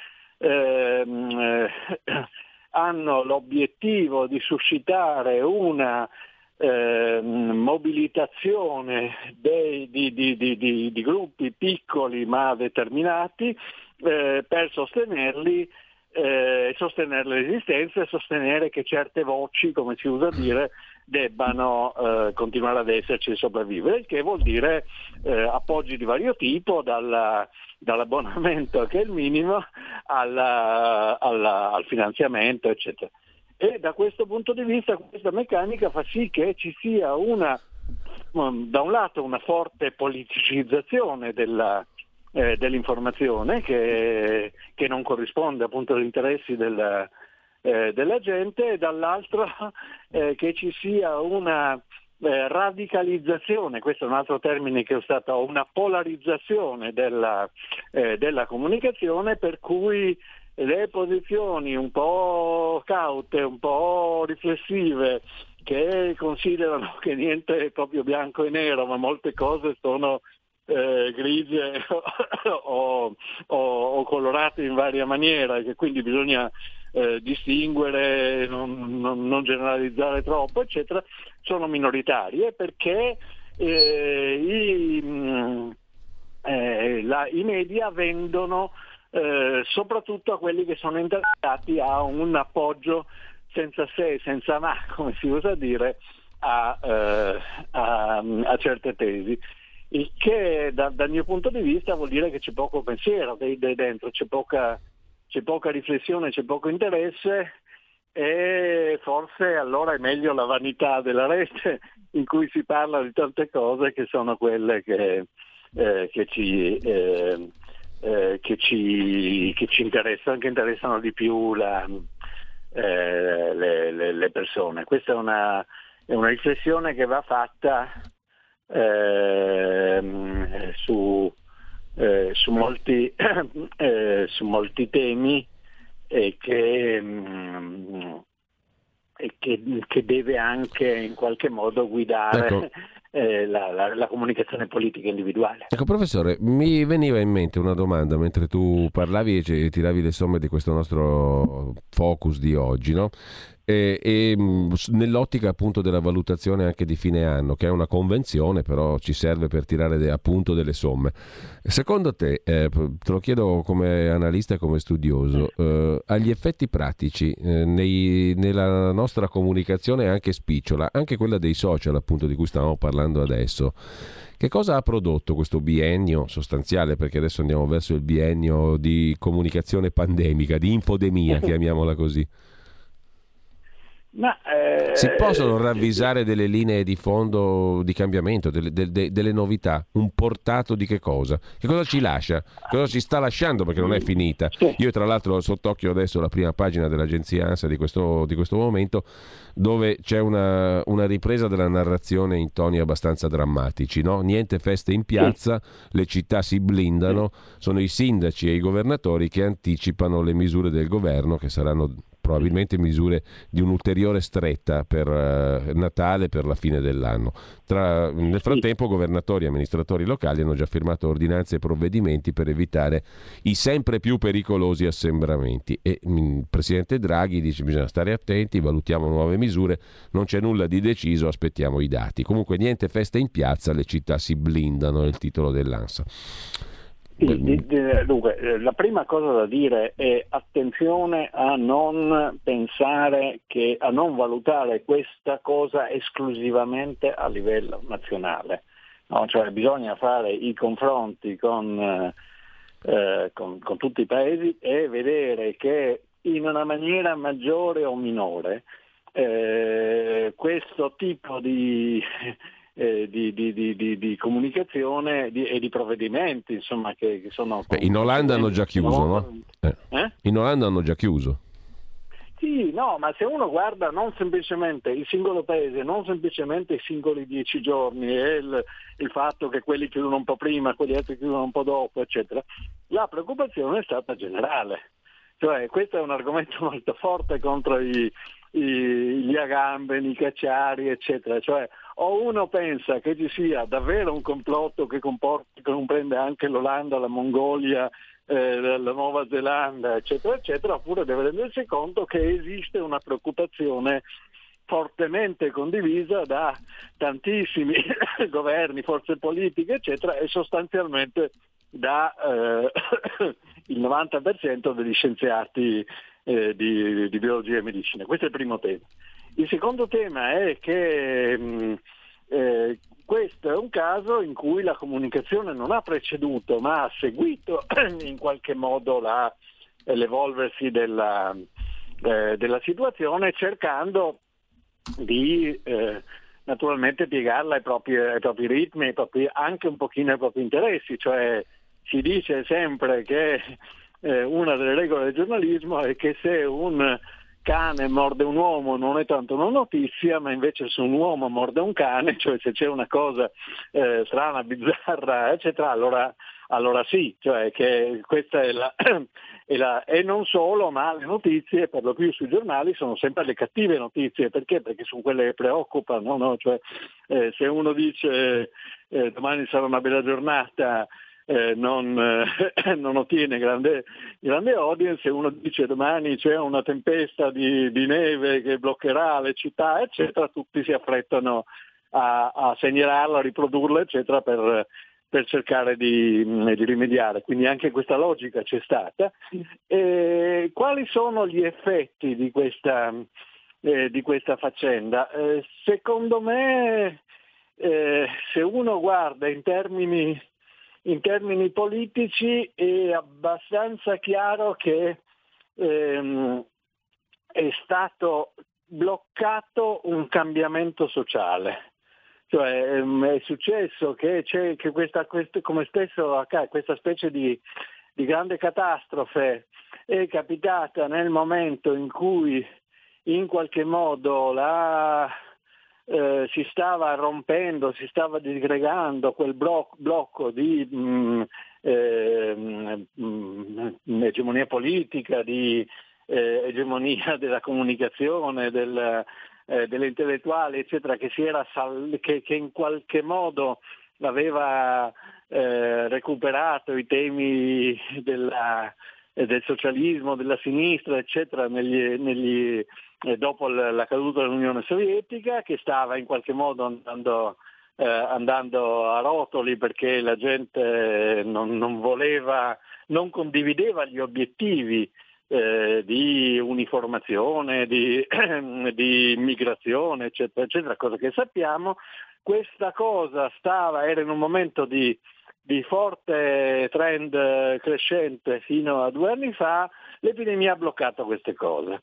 ehm, eh, hanno l'obiettivo di suscitare una eh, mobilitazione dei, di, di, di, di, di gruppi piccoli ma determinati eh, per sostenerli Eh, sostenere l'esistenza e sostenere che certe voci, come si usa dire, debbano eh, continuare ad esserci e sopravvivere, il che vuol dire eh, appoggi di vario tipo, dalla, dall'abbonamento, che è il minimo, alla, alla, al finanziamento, eccetera. E da questo punto di vista questa meccanica fa sì che ci sia una, da un lato, una forte politicizzazione della Eh, dell'informazione che, che non corrisponde appunto agli interessi del, eh, della gente, e dall'altro eh, che ci sia una eh, radicalizzazione, questo è un altro termine che ho usato, una polarizzazione della, eh, della comunicazione, per cui le posizioni un po' caute, un po' riflessive, che considerano che niente è proprio bianco e nero, ma molte cose sono Eh, grigie o, o, o colorate in varia maniera, che quindi bisogna eh, distinguere, non, non, non generalizzare troppo, eccetera, sono minoritarie, perché eh, i, mh, eh, la, i media vendono eh, soprattutto a quelli che sono interessati a un appoggio senza se, senza ma, come si usa dire, a, eh, a, a certe tesi. Il che da, dal mio punto di vista vuol dire che c'è poco pensiero dentro, c'è poca, c'è poca riflessione, c'è poco interesse, e forse allora è meglio la vanità della rete, in cui si parla di tante cose che sono quelle che, eh, che, ci, eh, eh, che, ci, che ci interessano, che interessano di più la, eh, le, le, le persone. Questa è una, è una riflessione che va fatta Eh, su, eh, su, molti, eh, su molti temi, e che, mh, e che, che deve anche in qualche modo guidare ecco. eh, la, la, la comunicazione politica individuale. Ecco, professore, mi veniva in mente una domanda mentre tu parlavi e tiravi le somme di questo nostro focus di oggi, no? E, e nell'ottica appunto della valutazione anche di fine anno, che è una convenzione, però ci serve per tirare de, appunto delle somme. Secondo te, eh, te lo chiedo come analista e come studioso, eh, agli effetti pratici eh, nei, nella nostra comunicazione anche spicciola, anche quella dei social appunto di cui stavamo parlando adesso, che cosa ha prodotto questo biennio sostanziale, perché adesso andiamo verso il biennio di comunicazione pandemica, di infodemia, chiamiamola così? Ma, eh, si possono ravvisare delle linee di fondo di cambiamento, delle, delle, delle novità? Un portato di che cosa? Che cosa ci lascia? Cosa ci sta lasciando, perché non è finita? Sì. Io tra l'altro ho sott'occhio adesso la prima pagina dell'agenzia ANSA di questo, di questo momento, dove c'è una, una ripresa della narrazione in toni abbastanza drammatici, no? Niente feste in piazza, le città si blindano, sono i sindaci e i governatori che anticipano le misure del governo, che saranno probabilmente misure di un'ulteriore stretta per uh, Natale, per la fine dell'anno. Tra, nel frattempo governatori e amministratori locali hanno già firmato ordinanze e provvedimenti per evitare i sempre più pericolosi assembramenti e il presidente Draghi dice bisogna stare attenti, valutiamo nuove misure, non c'è nulla di deciso, aspettiamo i dati. Comunque niente feste in piazza, le città si blindano, è il titolo dell'ANSA. Sì, di, di, dunque, la prima cosa da dire è attenzione a non pensare che, a non valutare questa cosa esclusivamente a livello nazionale, no? Cioè bisogna fare i confronti con, eh, con, con tutti i paesi e vedere che in una maniera maggiore o minore eh, questo tipo di Eh, di, di, di, di, di comunicazione di, e di provvedimenti, insomma, che, che sono... Beh, in Olanda hanno già chiuso, no? Eh. Eh? In Olanda hanno già chiuso. Sì, no, ma se uno guarda non semplicemente il singolo paese, non semplicemente i singoli dieci giorni e il, il fatto che quelli chiudono un po' prima, quelli altri chiudono un po' dopo, eccetera, la preoccupazione è stata generale. Cioè, questo è un argomento molto forte contro i, i, gli agambeni, i cacciari, eccetera. Cioè, o uno pensa che ci sia davvero un complotto che, comporti, che comprende anche l'Olanda, la Mongolia, eh, la Nuova Zelanda, eccetera, eccetera, oppure deve rendersi conto che esiste una preoccupazione fortemente condivisa da tantissimi governi, forze politiche, eccetera, e sostanzialmente da eh, il novanta per cento degli scienziati eh, di, di biologia e medicina. Questo è il primo tema. Il secondo tema è che mh, eh, questo è un caso in cui la comunicazione non ha preceduto, ma ha seguito in qualche modo la, l'evolversi della, eh, della situazione, cercando di eh, naturalmente piegarla ai propri, ai propri ritmi, ai propri, anche un pochino ai propri interessi. Cioè si dice sempre che eh, una delle regole del giornalismo è che se un cane morde un uomo non è tanto una notizia, ma invece se un uomo morde un cane, cioè se c'è una cosa eh, strana, bizzarra, eccetera, allora, allora sì, cioè che questa è la, è la... E non solo, ma le notizie, per lo più sui giornali, sono sempre le cattive notizie. Perché? Perché sono quelle che preoccupano, no? Cioè eh, se uno dice eh, domani sarà una bella giornata, Eh, non, eh, non ottiene grande, grande audience. Se uno dice domani c'è una tempesta di, di neve che bloccherà le città, eccetera, tutti si affrettano a, a segnalarla, a riprodurla, eccetera, per, per cercare di, di rimediare. Quindi anche questa logica c'è stata. E quali sono gli effetti di questa, eh, di questa faccenda? Eh, secondo me, eh, se uno guarda in termini In termini politici è abbastanza chiaro che ehm, è stato bloccato un cambiamento sociale. Cioè ehm, è successo che c'è che questa, questa come spesso accade, questa specie di, di grande catastrofe è capitata nel momento in cui in qualche modo la Eh, si stava rompendo, si stava disgregando quel blocco, blocco di mh, eh, mh, egemonia politica, di eh, egemonia della comunicazione, del, eh, dell'intellettuale, eccetera, che, si era sal- che, che in qualche modo aveva eh, recuperato i temi della, del socialismo, della sinistra, eccetera, negli, negli Eh, dopo l- la caduta dell'Unione Sovietica, che stava in qualche modo andando, eh, andando a rotoli perché la gente non, non voleva, non condivideva gli obiettivi eh, di uniformazione, di, di immigrazione, eccetera, eccetera, cosa che sappiamo. Questa cosa stava, era in un momento di, di forte trend crescente fino a due anni fa. L'epidemia ha bloccato queste cose.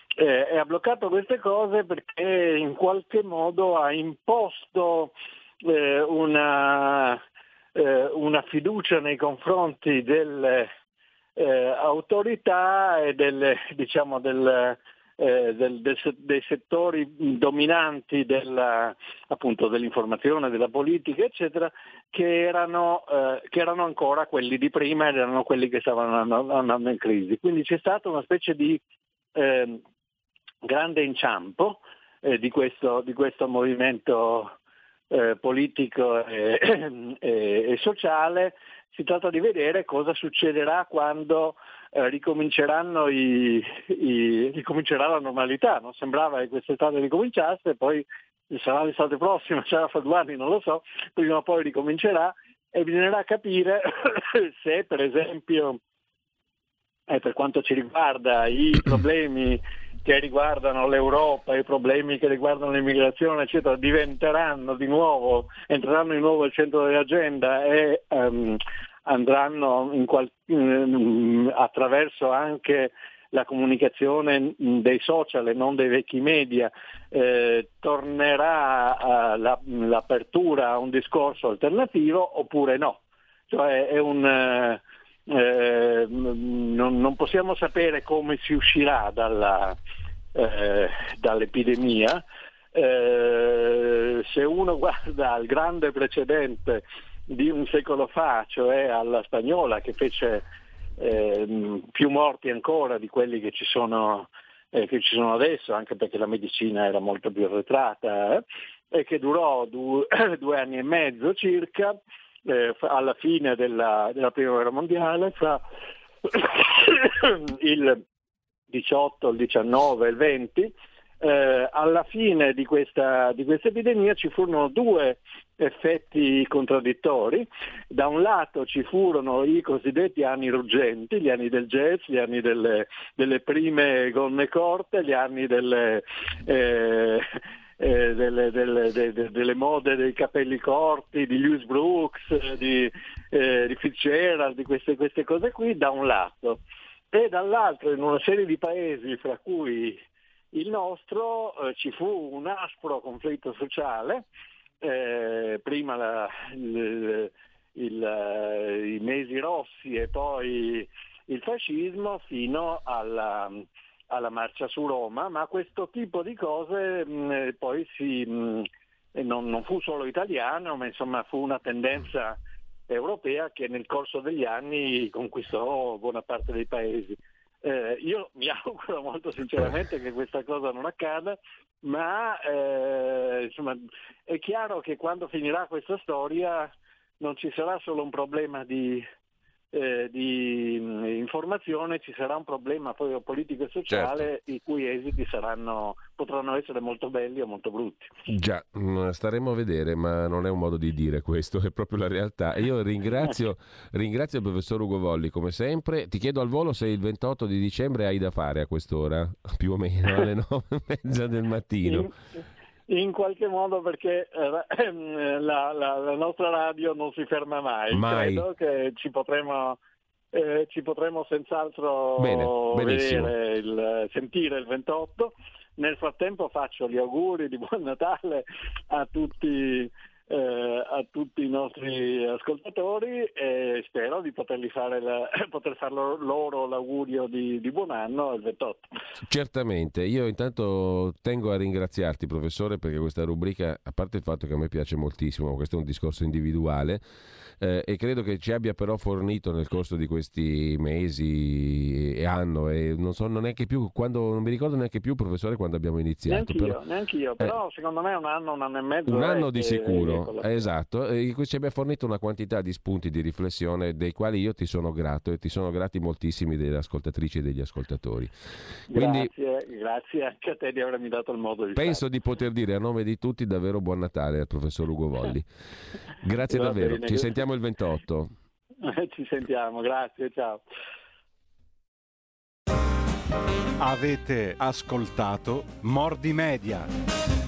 eh, e ha bloccato queste cose perché in qualche modo ha imposto eh, una, eh, una fiducia nei confronti delle eh, autorità e delle, diciamo, del, eh, del, del, dei settori dominanti della, appunto, dell'informazione, della politica, eccetera, che erano, eh, che erano ancora quelli di prima ed erano quelli che stavano andando in crisi. Quindi c'è stata una specie di eh, grande inciampo eh, di, questo, di questo movimento eh, politico e, e, e sociale. Si tratta di vedere cosa succederà quando eh, ricominceranno i, i, ricomincerà la normalità. Non sembrava che quest'estate ricominciasse, poi sarà l'estate prossima, sarà fra due anni, non lo so, prima o poi ricomincerà e bisognerà capire se per esempio eh, per quanto ci riguarda i problemi che riguardano l'Europa, i problemi che riguardano l'immigrazione, eccetera, diventeranno di nuovo, entreranno di nuovo al centro dell'agenda e um, andranno in qual- um, attraverso anche la comunicazione dei social e non dei vecchi media, eh, tornerà uh, la, l'apertura a un discorso alternativo oppure no. Cioè è un... Uh, Eh, non, non possiamo sapere come si uscirà dalla, eh, dall'epidemia. Eh, se uno guarda al grande precedente di un secolo fa, cioè alla spagnola, che fece eh, più morti ancora di quelli che ci sono, eh, che ci sono adesso, anche perché la medicina era molto più arretrata, eh, e che durò due, due anni e mezzo circa, Eh, alla fine della, della prima guerra mondiale, fra il diciotto, il diciannove e il venti. Eh, alla fine di questa, di questa epidemia ci furono due effetti contraddittori. Da un lato ci furono i cosiddetti anni ruggenti, gli anni del jazz, gli anni delle, delle prime gonne corte, gli anni delle eh, Eh, delle, delle, delle, delle mode dei capelli corti, di Louis Brooks, di, eh, di Fitzgerald, di queste, queste cose qui, da un lato. E dall'altro, in una serie di paesi, fra cui il nostro, eh, ci fu un aspro conflitto sociale, eh, prima la, il, il, i mesi rossi e poi il fascismo, fino alla... alla marcia su Roma, ma questo tipo di cose mh, poi si, mh, non, non fu solo italiano, ma insomma fu una tendenza europea che nel corso degli anni conquistò buona parte dei paesi. Eh, io mi auguro molto sinceramente che questa cosa non accada, ma eh, insomma è chiaro che quando finirà questa storia non ci sarà solo un problema di Eh, di informazione, ci sarà un problema poi politico e sociale, certo, i cui esiti saranno, potranno essere molto belli o molto brutti. Già, staremo a vedere, ma non è un modo di dire questo, è proprio la realtà. E io ringrazio, ringrazio il professor Ugo Volli come sempre. Ti chiedo al volo se il ventotto di dicembre hai da fare a quest'ora, più o meno alle nove e mezza del mattino. In qualche modo, perché eh, la, la, la nostra radio non si ferma mai, mai. Credo che ci potremo, eh, ci potremo senz'altro Bene, vedere il, sentire il ventotto. Nel frattempo faccio gli auguri di buon Natale a tutti, eh, a tutti i nostri ascoltatori e spero di poterli fare la, poter fare loro l'augurio di, di buon anno il ventotto. Certamente, io intanto tengo a ringraziarti professore, perché questa rubrica, a parte il fatto che a me piace moltissimo, questo è un discorso individuale, eh, e credo che ci abbia però fornito nel corso di questi mesi e anno, e non so neanche più quando, non mi ricordo neanche più professore quando abbiamo iniziato. Neanch'io, però, neanch'io, però eh, secondo me un anno, un anno e mezzo. Un anno di che, sicuro, che esatto, e ci abbia fornito una quantità di spunti di riflessione dei quali io ti sono grato, e ti sono grati moltissimi delle ascoltatrici e degli ascoltatori. Quindi, grazie, grazie anche a te di avermi dato il modo di penso fare. di poter dire a nome di tutti davvero buon Natale al professor Ugo Volli. Grazie Va davvero, bene, ci sentiamo il ventotto. Ci sentiamo, grazie, ciao. Avete ascoltato Mordi Media.